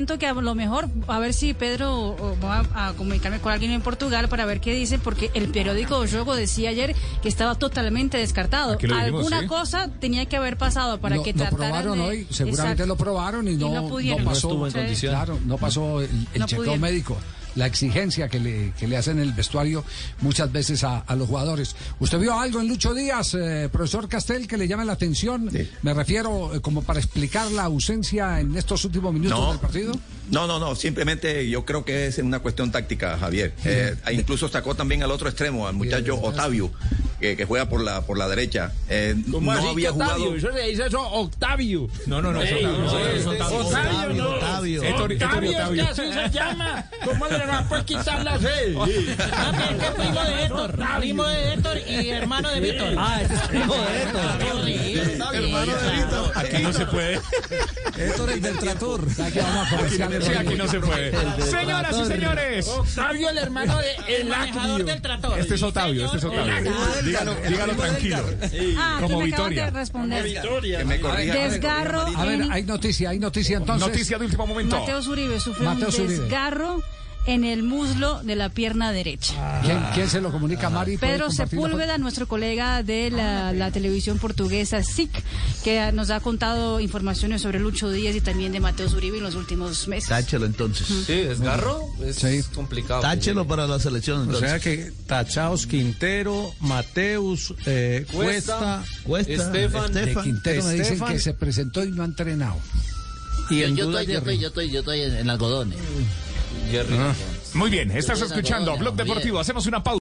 siento que a lo mejor, a ver si Pedro, voy a comunicarme con alguien en Portugal para ver qué dice, porque el periódico O Jogo decía ayer que estaba totalmente descartado. Alguna cosa tenía que haber pasado para que trataran. Lo probaron hoy, seguramente. Exacto. Lo probaron y no pasó. Claro, no pasó el chequeo médico. La exigencia que le hacen en el vestuario muchas veces a los jugadores. ¿Usted vio algo en Lucho Díaz, profesor Castel, que le llame la atención? Sí. Me refiero como para explicar la ausencia en estos últimos minutos del partido. No, simplemente yo creo que es una cuestión táctica, Javier. Incluso sacó también al otro extremo, al muchacho Otavio, que juega por la derecha. ¿Cómo no había jugado. Eso se dice Octavio. No, Octavio, no. Octavio, es que así se llama. ¿Cómo le va a quitar la C? Es primo de Héctor y hermano de Víctor. Este es primo de Héctor. Hermano de Víctor. Aquí no se puede. Héctor es del Tratur. Aquí no se puede. Señoras y señores. Octavio, el hermano del manejador del Trator. Este es Otavio. Dígalo tranquilo. Como Victoria. Desgarro. A ver, hay noticia entonces. Noticia de último momento. Mateo Zuribe sufrió un desgarro en el muslo de la pierna derecha. ¿Quién se lo comunica, Mari? Pedro Sepúlveda, nuestro colega de la televisión portuguesa SIC, que nos ha contado informaciones sobre Lucho Díaz y también de Mateo Zuribe en los últimos meses. Táchelo entonces. Sí, desgarro es complicado. Táchelo para la selección entonces. O sea que tachaos Quintero, Mateus, Cuesta, Estefan. De Quintero me dicen que se presentó y no ha entrenado. Y yo estoy en algodones. Muy bien, estás escuchando Blog Deportivo. Hacemos una pausa.